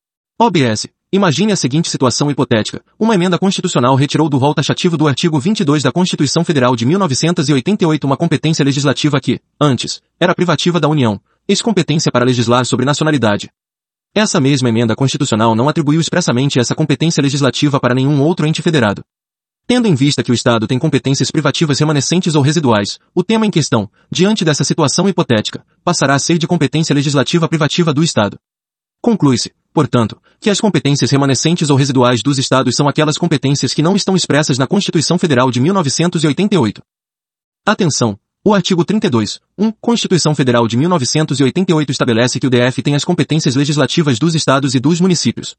OBS. Imagine a seguinte situação hipotética. Uma emenda constitucional retirou do rol taxativo do artigo 22 da Constituição Federal de 1988 uma competência legislativa que, antes, era privativa da União, ex-competência para legislar sobre nacionalidade. Essa mesma emenda constitucional não atribuiu expressamente essa competência legislativa para nenhum outro ente federado. Tendo em vista que o Estado tem competências privativas remanescentes ou residuais, o tema em questão, diante dessa situação hipotética, passará a ser de competência legislativa privativa do Estado. Conclui-se, portanto, que as competências remanescentes ou residuais dos Estados são aquelas competências que não estão expressas na Constituição Federal de 1988. Atenção! O artigo 32, 1, Constituição Federal de 1988 estabelece que o DF tem as competências legislativas dos Estados e dos municípios.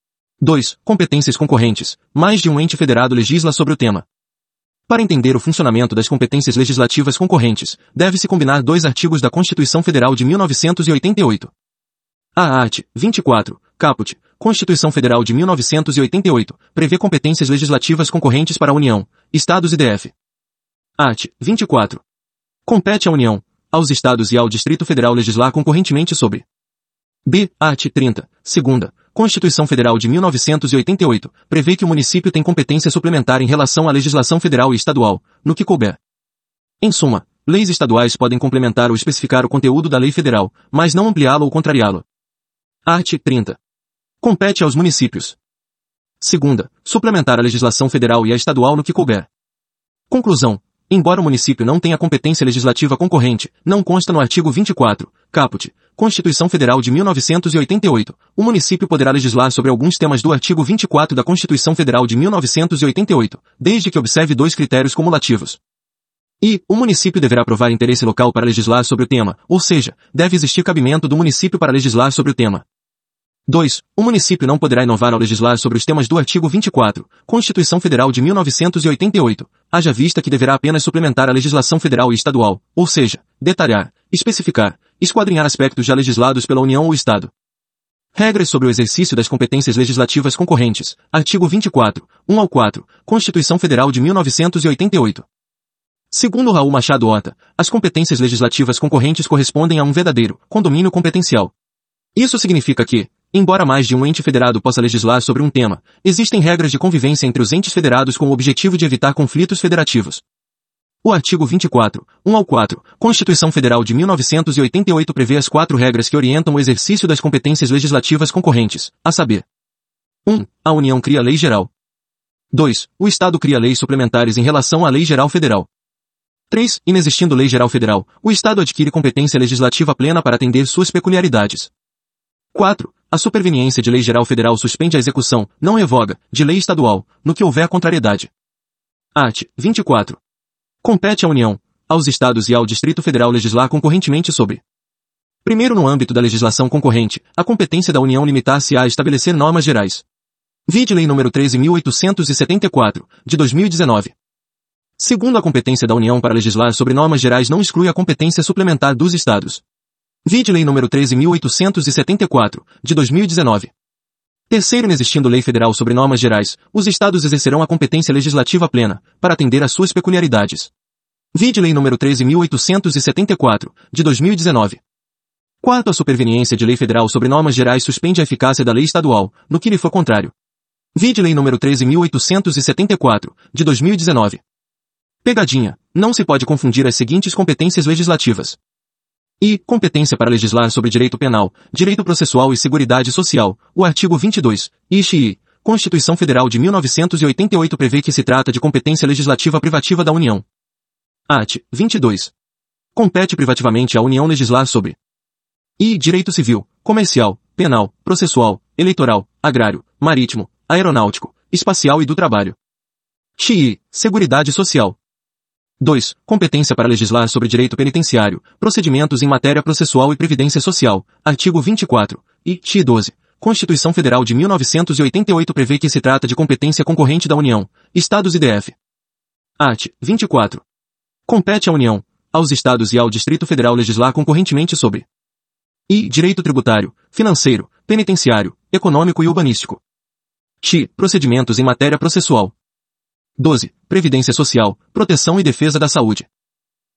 2. Competências concorrentes. Mais de um ente federado legisla sobre o tema. Para entender o funcionamento das competências legislativas concorrentes, deve-se combinar dois artigos da Constituição Federal de 1988. A art. 24, caput, Constituição Federal de 1988, prevê competências legislativas concorrentes para a União, Estados e DF. Art. 24. Compete à União, aos Estados e ao Distrito Federal legislar concorrentemente sobre. B. Art. 30, segunda, Constituição Federal de 1988, prevê que o município tem competência suplementar em relação à legislação federal e estadual, no que couber. Em suma, leis estaduais podem complementar ou especificar o conteúdo da lei federal, mas não ampliá-lo ou contrariá-lo. Art. 30. Compete aos municípios. Segunda, suplementar a legislação federal e a estadual no que couber. Conclusão. Embora o município não tenha competência legislativa concorrente, não consta no artigo 24, caput, Constituição Federal de 1988, o município poderá legislar sobre alguns temas do artigo 24 da Constituição Federal de 1988, desde que observe dois critérios cumulativos. E, o município deverá provar interesse local para legislar sobre o tema, ou seja, deve existir cabimento do município para legislar sobre o tema. 2. O município não poderá inovar ao legislar sobre os temas do artigo 24, Constituição Federal de 1988, haja vista que deverá apenas suplementar a legislação federal e estadual, ou seja, detalhar, especificar, esquadrinhar aspectos já legislados pela União ou Estado. Regras sobre o exercício das competências legislativas concorrentes, artigo 24, 1 ao 4, Constituição Federal de 1988. Segundo Raul Machado Horta, as competências legislativas concorrentes correspondem a um verdadeiro condomínio competencial. Isso significa que, embora mais de um ente federado possa legislar sobre um tema, existem regras de convivência entre os entes federados com o objetivo de evitar conflitos federativos. O artigo 24, 1 ao 4, Constituição Federal de 1988 prevê as 4 regras que orientam o exercício das competências legislativas concorrentes, a saber. 1. A União cria lei geral. 2. O Estado cria leis suplementares em relação à Lei Geral Federal. 3. Inexistindo Lei Geral Federal, o Estado adquire competência legislativa plena para atender suas peculiaridades. 4. A superveniência de lei geral federal suspende a execução, não revoga, de lei estadual, no que houver contrariedade. Art. 24. Compete à União, aos Estados e ao Distrito Federal legislar concorrentemente sobre. Primeiro, no âmbito da legislação concorrente, a competência da União limitar-se-á a estabelecer normas gerais. Vide Lei nº 13.874, de 2019. Segundo, a competência da União para legislar sobre normas gerais não exclui a competência suplementar dos Estados. Vide Lei nº 13.874, de 2019. Terceiro, inexistindo lei federal sobre normas gerais, os Estados exercerão a competência legislativa plena, para atender às suas peculiaridades. Vide Lei nº 13.874, de 2019. Quarto, a superveniência de lei federal sobre normas gerais suspende a eficácia da lei estadual, no que lhe for contrário. Vide Lei nº 13.874, de 2019. Pegadinha. Não se pode confundir as seguintes competências legislativas. I. Competência para legislar sobre direito penal, direito processual e seguridade social. O artigo 22, I. Constituição Federal de 1988 prevê que se trata de competência legislativa privativa da União. Art. 22. Compete privativamente à União legislar sobre I. Direito civil, comercial, penal, processual, eleitoral, agrário, marítimo, aeronáutico, espacial e do trabalho. X. Seguridade social. 2. Competência para legislar sobre direito penitenciário, procedimentos em matéria processual e previdência social. Artigo 24, I. 12. Constituição Federal de 1988 prevê que se trata de competência concorrente da União, Estados e DF. Art. 24. Compete à União, aos Estados e ao Distrito Federal legislar concorrentemente sobre I. Direito tributário, financeiro, penitenciário, econômico e urbanístico. X. Procedimentos em matéria processual. 12. Previdência social, proteção e defesa da saúde.